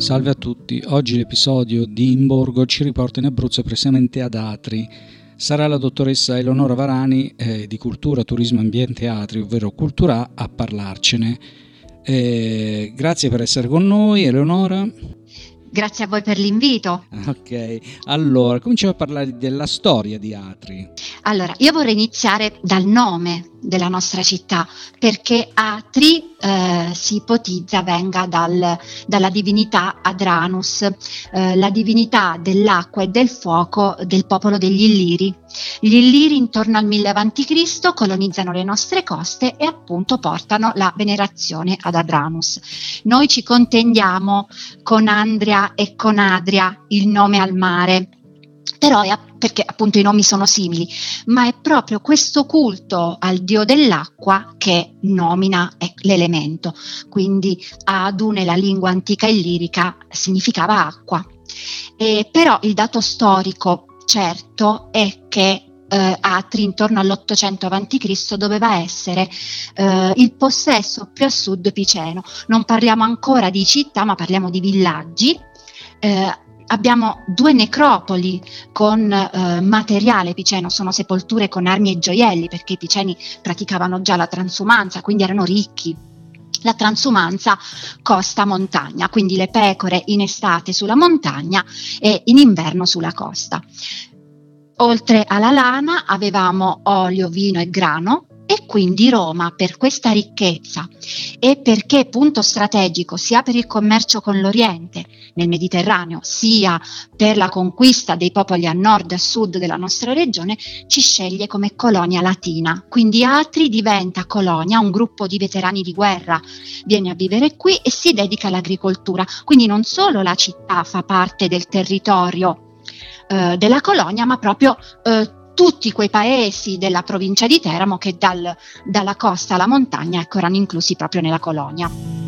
Salve a tutti, oggi l'episodio di In Borgo ci riporta in Abruzzo, precisamente ad Atri. Sarà la dottoressa Eleonora Varani di Cultura, Turismo, Ambiente Atri, ovvero Cultura, a parlarcene. Grazie per essere con noi, Eleonora. Grazie a voi per l'invito. Ok, allora cominciamo a parlare della storia di Atri. Allora, io vorrei iniziare dal nome della nostra città, perché Atri si ipotizza venga dalla divinità Adranus, la divinità dell'acqua e del fuoco del popolo degli Illiri. Gli Illiri intorno al 1000 a.C. colonizzano le nostre coste e appunto portano la venerazione ad Adranus. Noi ci contendiamo con Andria e con Adria, il nome al mare, però perché appunto i nomi sono simili, ma è proprio questo culto al dio dell'acqua che nomina l'elemento. Quindi Adu nella lingua antica illirica significava acqua. Però il dato storico certo è che Atri intorno all'800 a.C. doveva essere il possesso più a sud piceno. Non parliamo ancora di città, ma parliamo di villaggi. Abbiamo 2 necropoli con materiale piceno, sono sepolture con armi e gioielli, perché i piceni praticavano già la transumanza, quindi erano ricchi. La transumanza costa montagna, quindi le pecore in estate sulla montagna e in inverno sulla costa. Oltre alla lana avevamo olio, vino e grano. E quindi Roma, per questa ricchezza e perché punto strategico sia per il commercio con l'Oriente nel Mediterraneo, sia per la conquista dei popoli a nord e a sud della nostra regione, ci sceglie come colonia latina. Quindi Atri diventa colonia, un gruppo di veterani di guerra viene a vivere qui e si dedica all'agricoltura. Quindi non solo la città fa parte del territorio della colonia, ma proprio tutti quei paesi della provincia di Teramo che dalla costa alla montagna erano inclusi proprio nella colonia.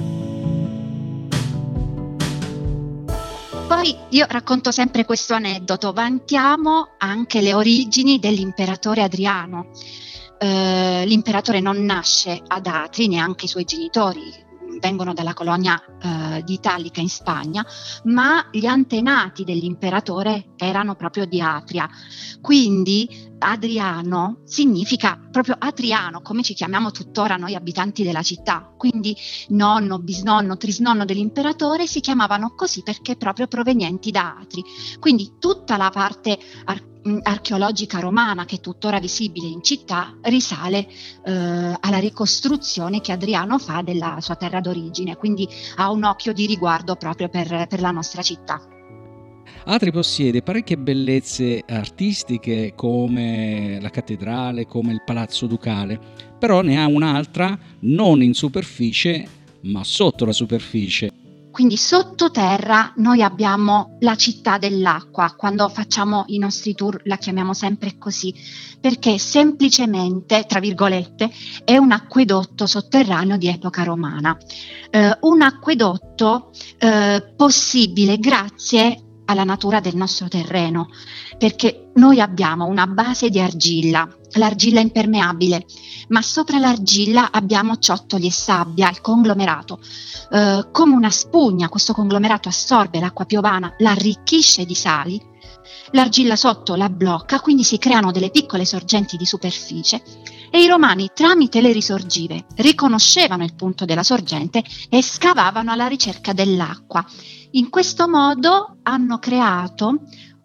Poi io racconto sempre questo aneddoto, vantiamo anche le origini dell'imperatore Adriano. L'imperatore non nasce ad Atri, neanche i suoi genitori vengono dalla colonia di Italica in Spagna, ma gli antenati dell'imperatore erano proprio di Atria. Quindi Adriano significa proprio Atriano, come ci chiamiamo tuttora noi abitanti della città. Quindi nonno, bisnonno, trisnonno dell'imperatore si chiamavano così perché proprio provenienti da Atri. Quindi tutta la parte archeologica romana che è tuttora visibile in città risale alla ricostruzione che Adriano fa della sua terra d'origine, quindi ha un occhio di riguardo proprio per la nostra città. Atri possiede parecchie bellezze artistiche come la cattedrale, come il Palazzo Ducale, però ne ha un'altra non in superficie ma sotto la superficie. Quindi sottoterra noi abbiamo la città dell'acqua. Quando facciamo i nostri tour la chiamiamo sempre così, perché semplicemente, tra virgolette, è un acquedotto sotterraneo di epoca romana. Un acquedotto possibile grazie alla natura del nostro terreno, perché noi abbiamo una base di argilla, l'argilla impermeabile, ma sopra l'argilla abbiamo ciottoli e sabbia, il conglomerato. Come una spugna, questo conglomerato assorbe l'acqua piovana, la arricchisce di sali, l'argilla sotto la blocca, quindi si creano delle piccole sorgenti di superficie e i romani, tramite le risorgive, riconoscevano il punto della sorgente e scavavano alla ricerca dell'acqua. In questo modo hanno creato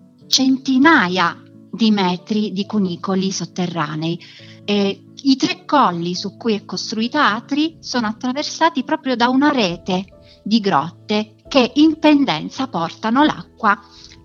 centinaia di metri di cunicoli sotterranei. I 3 colli su cui è costruita Atri sono attraversati proprio da una rete di grotte che in pendenza portano l'acqua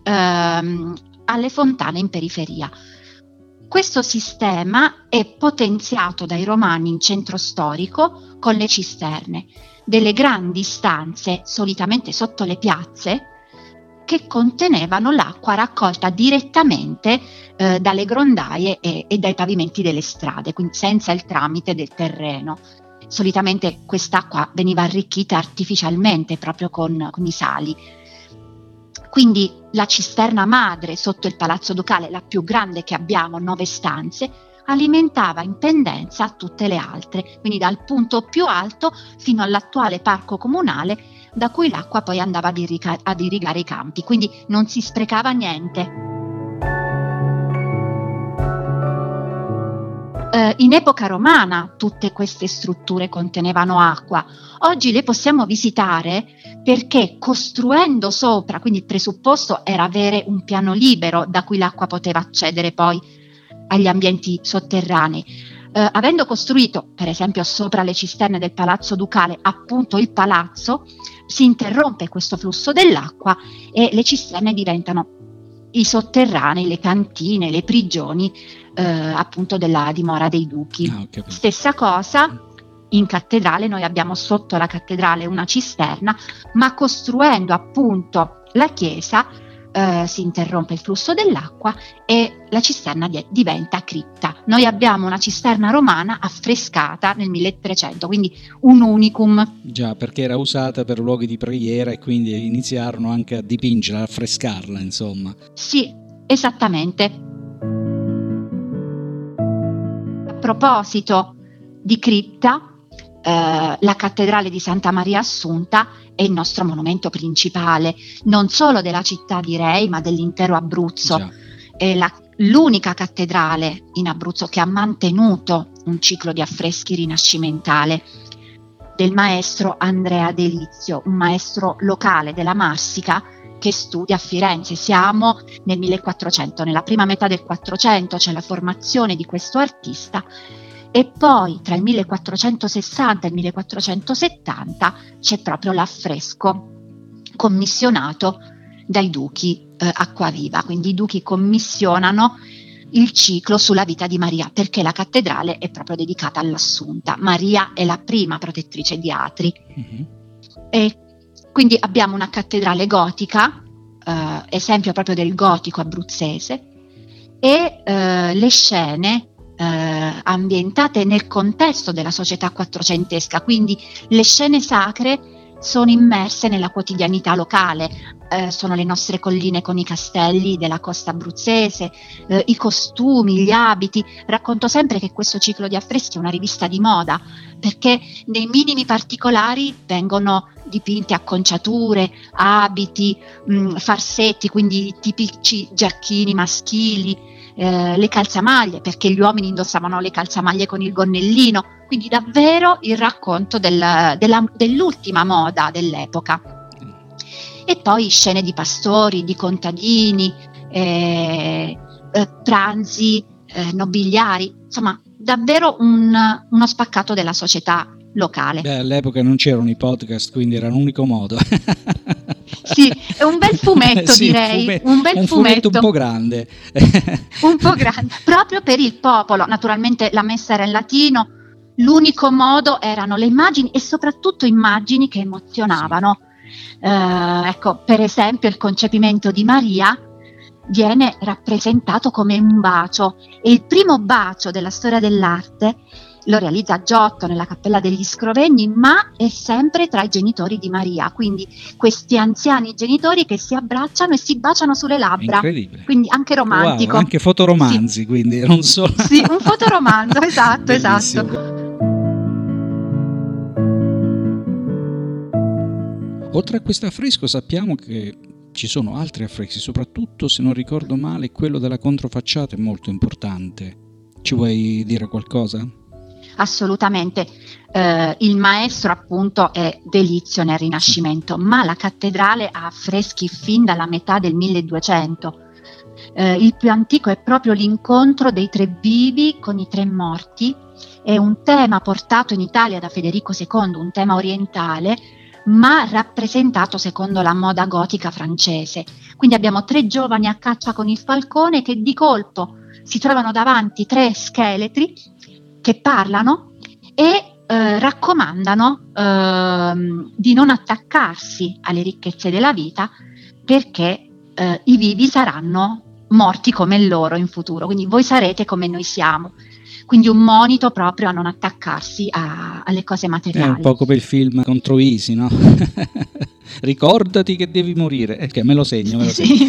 alle fontane in periferia. Questo sistema è potenziato dai romani in centro storico con le cisterne, delle grandi stanze solitamente sotto le piazze che contenevano l'acqua raccolta direttamente dalle grondaie e dai pavimenti delle strade, quindi senza il tramite del terreno. Solitamente quest'acqua veniva arricchita artificialmente proprio con i sali. Quindi la cisterna madre sotto il Palazzo Ducale, la più grande che abbiamo, 9 stanze, alimentava in pendenza tutte le altre, quindi dal punto più alto fino all'attuale parco comunale da cui l'acqua poi andava ad irrigare i campi, quindi non si sprecava niente. In epoca romana tutte queste strutture contenevano acqua. Oggi le possiamo visitare perché costruendo sopra, quindi il presupposto era avere un piano libero da cui l'acqua poteva accedere poi agli ambienti sotterranei. Avendo costruito, per esempio, sopra le cisterne del Palazzo Ducale, appunto il palazzo, si interrompe questo flusso dell'acqua e le cisterne diventano i sotterranei, le cantine, le prigioni appunto della dimora dei duchi. Stessa cosa in cattedrale, noi abbiamo sotto la cattedrale una cisterna, ma costruendo appunto la chiesa si interrompe il flusso dell'acqua e la cisterna diventa cripta. Noi abbiamo una cisterna romana affrescata nel 1300, quindi un unicum. Già, perché era usata per luoghi di preghiera e quindi iniziarono anche a dipingerla, a affrescarla, insomma. Sì, esattamente. A proposito di cripta, la cattedrale di Santa Maria Assunta è il nostro monumento principale, non solo della città, direi, ma dell'intero Abruzzo. Già. È l'unica cattedrale in Abruzzo che ha mantenuto un ciclo di affreschi rinascimentale del maestro Andrea Delizio, un maestro locale della Marsica che studia a Firenze. Siamo nel 1400, nella prima metà del 400 c'è la formazione di questo artista e poi tra il 1460 e il 1470 c'è proprio l'affresco commissionato dai duchi Acquaviva, quindi i duchi commissionano il ciclo sulla vita di Maria, perché la cattedrale è proprio dedicata all'Assunta. Maria è la prima protettrice di Atri. E quindi abbiamo una cattedrale gotica, esempio proprio del gotico abruzzese, e le scene ambientate nel contesto della società quattrocentesca, quindi le scene sacre sono immerse nella quotidianità locale, sono le nostre colline con i castelli della costa abruzzese, i costumi, gli abiti. Racconto sempre che questo ciclo di affreschi è una rivista di moda, perché nei minimi particolari vengono dipinte acconciature, abiti, farsetti, quindi tipici giacchini maschili, le calzamaglie, perché gli uomini indossavano le calzamaglie con il gonnellino, quindi davvero il racconto dell'ultima moda dell'epoca. E poi scene di pastori, di contadini, pranzi nobiliari, insomma davvero uno spaccato della società locale. Beh, all'epoca non c'erano i podcast, quindi era l'unico modo. Sì, è un bel fumetto, sì, direi, un fumetto un po' grande. Un po' grande, proprio per il popolo. Naturalmente la messa era in latino, l'unico modo erano le immagini e soprattutto immagini che emozionavano. Ecco, per esempio il concepimento di Maria viene rappresentato come un bacio, e il primo bacio della storia dell'arte lo realizza Giotto nella Cappella degli Scrovegni, ma è sempre tra i genitori di Maria, quindi questi anziani genitori che si abbracciano e si baciano sulle labbra. Incredibile. Quindi anche romantico. Wow, anche fotoromanzi, sì. Quindi non solo. Sì, un fotoromanzo, esatto, esatto. Oltre a questo affresco sappiamo che ci sono altri affreschi, soprattutto, se non ricordo male, quello della controfacciata è molto importante. Ci vuoi dire qualcosa? Assolutamente, il maestro appunto è Delizio nel Rinascimento, ma la cattedrale ha affreschi fin dalla metà del 1200. Il più antico è proprio l'incontro dei tre vivi con i tre morti, è un tema portato in Italia da Federico II, un tema orientale, ma rappresentato secondo la moda gotica francese. Quindi abbiamo tre giovani a caccia con il falcone che di colpo si trovano davanti tre scheletri che parlano e raccomandano di non attaccarsi alle ricchezze della vita, perché i vivi saranno morti come loro in futuro, quindi voi sarete come noi siamo. Quindi un monito proprio a non attaccarsi alle cose materiali. È un po' come il film contro Isi, no? Ricordati che devi morire, che me lo segno. Sì.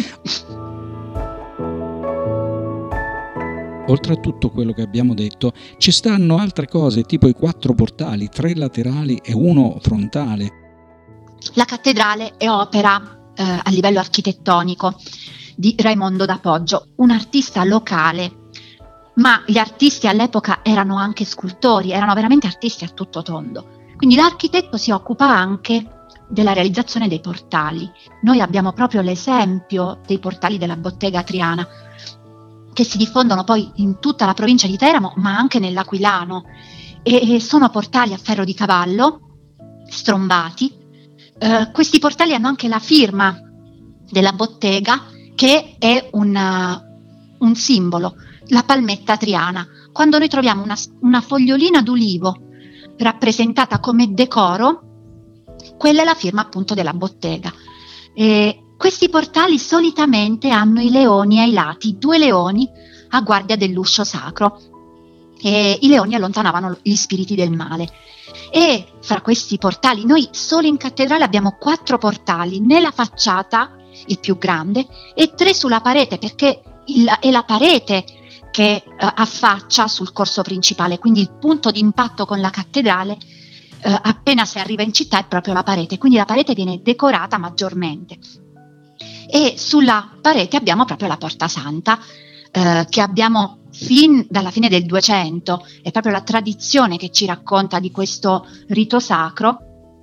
Oltre a tutto quello che abbiamo detto, ci stanno altre cose, tipo i 4 portali, 3 laterali e 1 frontale. La cattedrale è opera a livello architettonico di Raimondo da Poggio, un artista locale, ma gli artisti all'epoca erano anche scultori, erano veramente artisti a tutto tondo. Quindi l'architetto si occupa anche della realizzazione dei portali. Noi abbiamo proprio l'esempio dei portali della bottega Triana, che si diffondono poi in tutta la provincia di Teramo, ma anche nell'Aquilano, e sono portali a ferro di cavallo, strombati. Questi portali hanno anche la firma della bottega, che è un simbolo, la palmetta triana. Quando noi troviamo una fogliolina d'ulivo rappresentata come decoro, quella è la firma appunto della bottega. Questi portali solitamente hanno i leoni ai lati, 2 leoni a guardia dell'uscio sacro, e i leoni allontanavano gli spiriti del male. E fra questi portali, noi solo in cattedrale abbiamo 4 portali, nella facciata, il più grande, e 3 sulla parete, perché è la parete che affaccia sul corso principale, quindi il punto di impatto con la cattedrale appena si arriva in città è proprio la parete, quindi la parete viene decorata maggiormente. E sulla parete abbiamo proprio la Porta Santa, che abbiamo fin dalla fine del 200, è proprio la tradizione che ci racconta di questo rito sacro,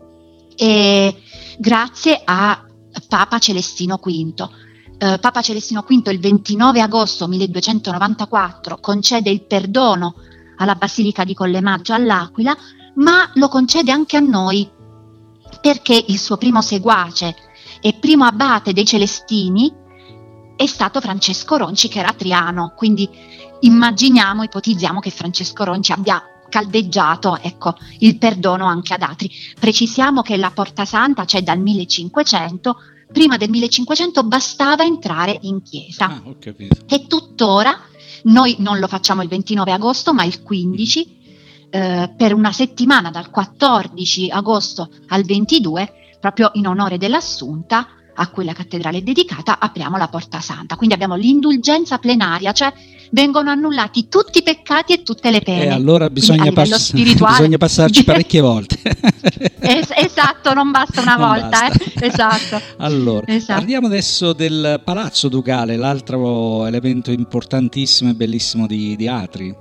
e grazie a Papa Celestino V. Papa Celestino V il 29 agosto 1294 concede il perdono alla Basilica di Collemaggio all'Aquila, ma lo concede anche a noi, perché il suo primo seguace e primo abate dei Celestini è stato Francesco Ronci, che era triano, quindi ipotizziamo che Francesco Ronci abbia caldeggiato, ecco, il perdono anche ad altri. Precisiamo che la Porta Santa c'è dal 1500, prima del 1500 bastava entrare in chiesa. Ho capito. E tuttora noi non lo facciamo il 29 agosto, ma il 15, per una settimana dal 14 agosto al 22, proprio in onore dell'Assunta, a cui la cattedrale è dedicata, apriamo la Porta Santa. Quindi abbiamo l'indulgenza plenaria, cioè vengono annullati tutti i peccati e tutte le pene. E allora bisogna passarci parecchie volte. Esatto, non basta una volta. Esatto. Allora, parliamo adesso del Palazzo Ducale, l'altro elemento importantissimo e bellissimo di Atri.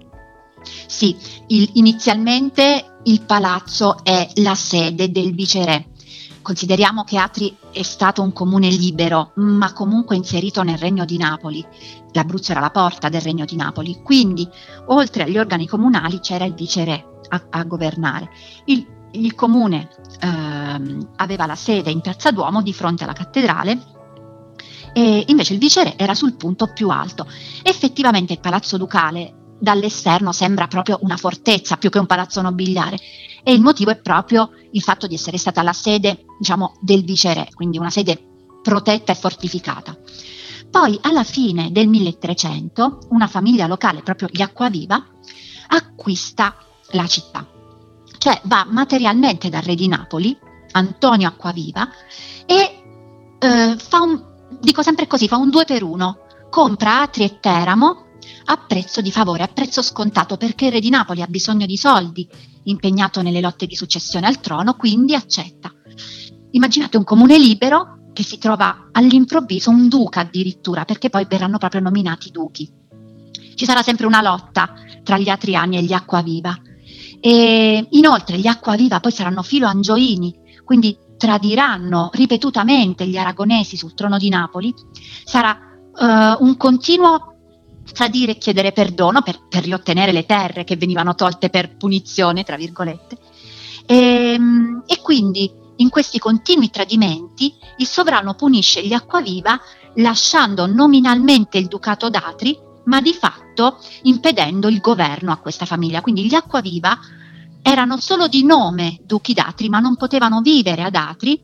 Sì, inizialmente il palazzo è la sede del viceré. Consideriamo che Atri è stato un comune libero, ma comunque inserito nel Regno di Napoli. L'Abruzzo era la porta del Regno di Napoli, quindi oltre agli organi comunali c'era il viceré a governare. Il comune aveva la sede in Piazza Duomo di fronte alla cattedrale, e invece il viceré era sul punto più alto. Effettivamente il Palazzo Ducale dall'esterno sembra proprio una fortezza più che un palazzo nobiliare, e il motivo è proprio il fatto di essere stata la sede, diciamo, del viceré, quindi una sede protetta e fortificata. Poi alla fine del 1300 una famiglia locale, proprio gli Acquaviva, acquista la città, cioè va materialmente dal re di Napoli, Antonio Acquaviva, e fa un 2 per 1, compra Atri e Teramo a prezzo di favore, a prezzo scontato, perché il re di Napoli ha bisogno di soldi, impegnato nelle lotte di successione al trono, quindi accetta. Immaginate un comune libero che si trova all'improvviso un duca addirittura, perché poi verranno proprio nominati duchi. Ci sarà sempre una lotta tra gli Atriani e gli Acquaviva, e inoltre gli Acquaviva poi saranno filo-angioini, quindi tradiranno ripetutamente gli aragonesi sul trono di Napoli. Sarà un continuo tradire e chiedere perdono per riottenere le terre che venivano tolte per punizione, tra virgolette, e quindi in questi continui tradimenti il sovrano punisce gli Acquaviva lasciando nominalmente il ducato d'Atri, ma di fatto impedendo il governo a questa famiglia. Quindi gli Acquaviva erano solo di nome duchi d'Atri, ma non potevano vivere ad Atri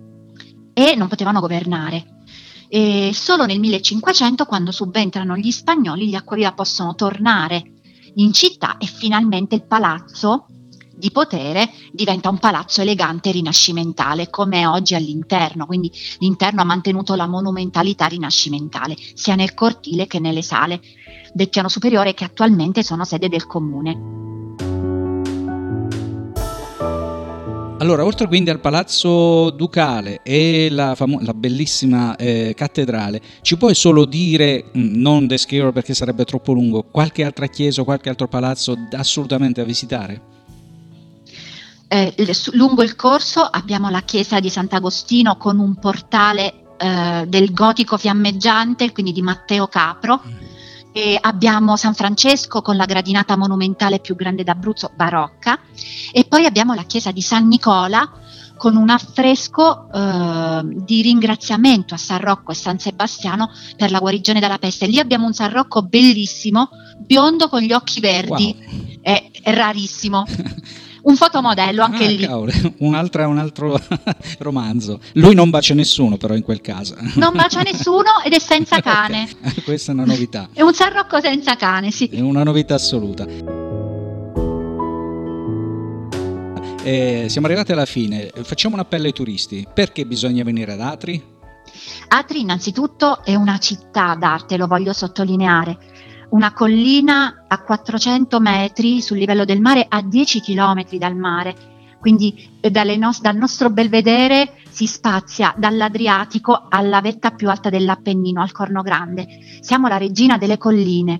e non potevano governare. E solo nel 1500, quando subentrano gli spagnoli, gli Acquaviva possono tornare in città e finalmente il palazzo di potere diventa un palazzo elegante e rinascimentale, come è oggi all'interno. Quindi l'interno ha mantenuto la monumentalità rinascimentale sia nel cortile che nelle sale del piano superiore, che attualmente sono sede del comune. Allora, oltre quindi al Palazzo Ducale e la bellissima cattedrale, ci puoi solo dire, non descriverlo perché sarebbe troppo lungo, qualche altra chiesa o qualche altro palazzo assolutamente da visitare? Lungo il corso abbiamo la chiesa di Sant'Agostino con un portale del gotico fiammeggiante, quindi di Matteo Capro. E abbiamo San Francesco con la gradinata monumentale più grande d'Abruzzo, barocca, e poi abbiamo la chiesa di San Nicola con un affresco di ringraziamento a San Rocco e San Sebastiano per la guarigione dalla peste. Lì abbiamo un San Rocco bellissimo, biondo con gli occhi verdi, wow. È rarissimo. Un fotomodello anche lì. Cavolo, un altro romanzo. Lui non bacia nessuno però in quel caso. Non bacia nessuno ed è senza cane. Okay. Questa è una novità. È un San Rocco senza cane, sì. È una novità assoluta. Siamo arrivati alla fine. Facciamo un appello ai turisti. Perché bisogna venire ad Atri? Atri innanzitutto è una città d'arte, lo voglio sottolineare. Una collina a 400 metri sul livello del mare, a 10 chilometri dal mare, quindi dal nostro belvedere si spazia dall'Adriatico alla vetta più alta dell'Appennino, al Corno Grande. Siamo la regina delle colline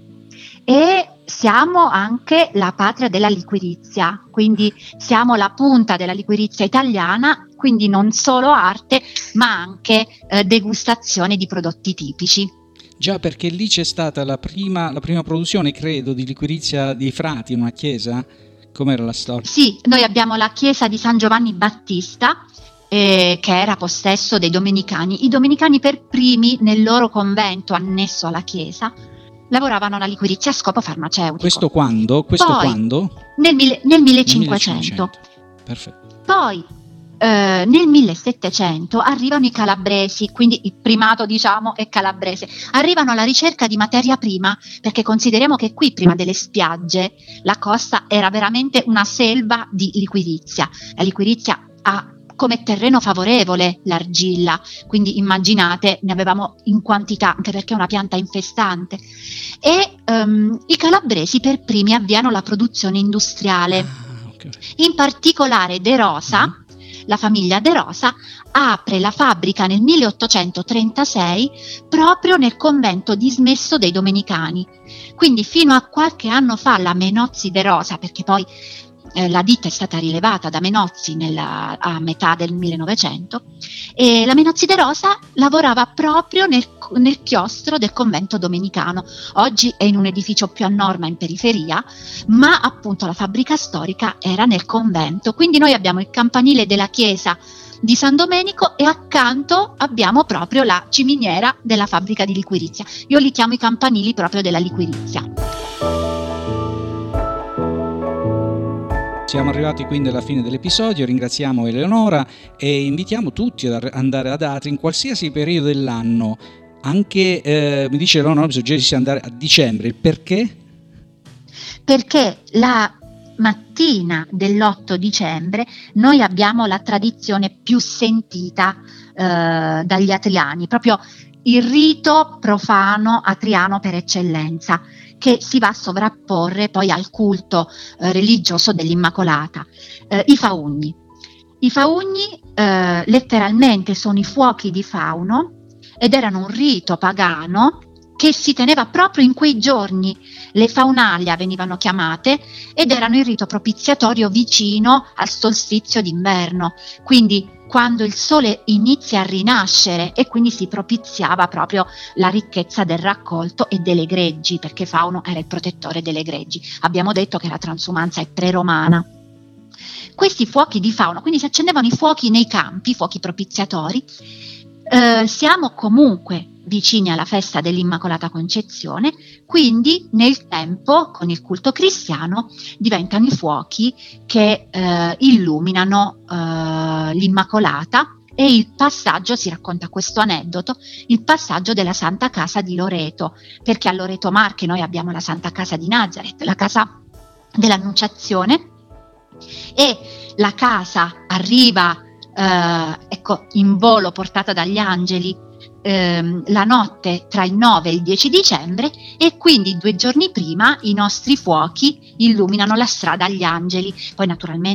e siamo anche la patria della liquirizia, quindi siamo la punta della liquirizia italiana, quindi non solo arte ma anche degustazione di prodotti tipici. Già, perché lì c'è stata la prima produzione, credo, di liquirizia di frati in una chiesa? Com'era la storia? Sì, noi abbiamo la chiesa di San Giovanni Battista, che era possesso dei domenicani. I domenicani per primi nel loro convento annesso alla chiesa lavoravano alla liquirizia a scopo farmaceutico. Questo quando? Poi, quando? Nel 1500. Perfetto. Poi nel 1700 arrivano i calabresi, quindi il primato diciamo è calabrese, arrivano alla ricerca di materia prima, perché consideriamo che qui prima delle spiagge la costa era veramente una selva di liquirizia. La liquirizia ha come terreno favorevole l'argilla, quindi immaginate, ne avevamo in quantità, anche perché è una pianta infestante, e i calabresi per primi avviano la produzione industriale. Okay. In particolare De Rosa, la famiglia De Rosa apre la fabbrica nel 1836 proprio nel convento dismesso dei Domenicani. Quindi fino a qualche anno fa la Menozzi De Rosa, perché poi la ditta è stata rilevata da Menozzi a metà del 1900, e la Menozzi De Rosa lavorava proprio nel chiostro del convento domenicano. Oggi è in un edificio più a norma in periferia, ma appunto la fabbrica storica era nel convento. Quindi noi abbiamo il campanile della chiesa di San Domenico e accanto abbiamo proprio la ciminiera della fabbrica di liquirizia. Io li chiamo i campanili proprio della liquirizia. Siamo arrivati quindi alla fine dell'episodio, ringraziamo Eleonora e invitiamo tutti ad andare ad Atri in qualsiasi periodo dell'anno, anche, mi dice Eleonora, mi suggerisce andare a dicembre, il perché? Perché la mattina dell'8 dicembre noi abbiamo la tradizione più sentita dagli atriani, proprio il rito profano atriano per eccellenza, che si va a sovrapporre poi al culto religioso dell'Immacolata. I faugni. I faugni letteralmente sono i fuochi di fauno ed erano un rito pagano che si teneva proprio in quei giorni. Le faunalia venivano chiamate ed erano il rito propiziatorio vicino al solstizio d'inverno, quindi quando il sole inizia a rinascere, e quindi si propiziava proprio la ricchezza del raccolto e delle greggi, perché Fauno era il protettore delle greggi. Abbiamo detto che la transumanza è preromana. Questi fuochi di Fauno, quindi si accendevano i fuochi nei campi, fuochi propiziatori. Siamo comunque vicini alla festa dell'Immacolata Concezione, quindi nel tempo con il culto cristiano diventano i fuochi che illuminano l'Immacolata, e il passaggio, si racconta questo aneddoto, il passaggio della Santa Casa di Loreto, perché a Loreto Marche noi abbiamo la Santa Casa di Nazareth, la casa dell'Annunciazione, e la casa arriva in volo portata dagli angeli la notte tra il 9 e il 10 dicembre, e quindi 2 giorni prima i nostri fuochi illuminano la strada agli angeli. Poi naturalmente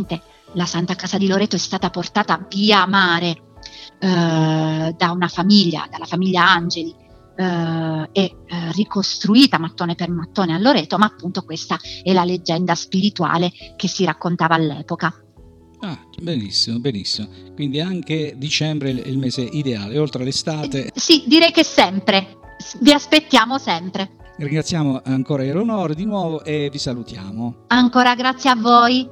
la Santa Casa di Loreto è stata portata via mare da una famiglia, dalla famiglia Angeli, e ricostruita mattone per mattone a Loreto, ma appunto questa è la leggenda spirituale che si raccontava all'epoca. Benissimo, benissimo. Quindi anche dicembre è il mese ideale, oltre all'estate. Sì, direi che sempre. Vi aspettiamo sempre. Ringraziamo ancora Eleonora di nuovo e vi salutiamo. Ancora grazie a voi.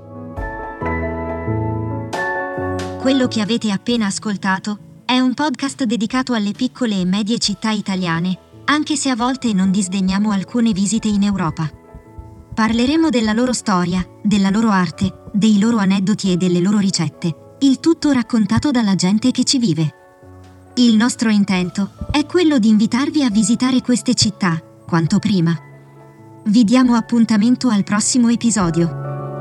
Quello che avete appena ascoltato è un podcast dedicato alle piccole e medie città italiane, anche se a volte non disdegniamo alcune visite in Europa. Parleremo della loro storia, della loro arte, dei loro aneddoti e delle loro ricette, il tutto raccontato dalla gente che ci vive. Il nostro intento è quello di invitarvi a visitare queste città, quanto prima. Vi diamo appuntamento al prossimo episodio.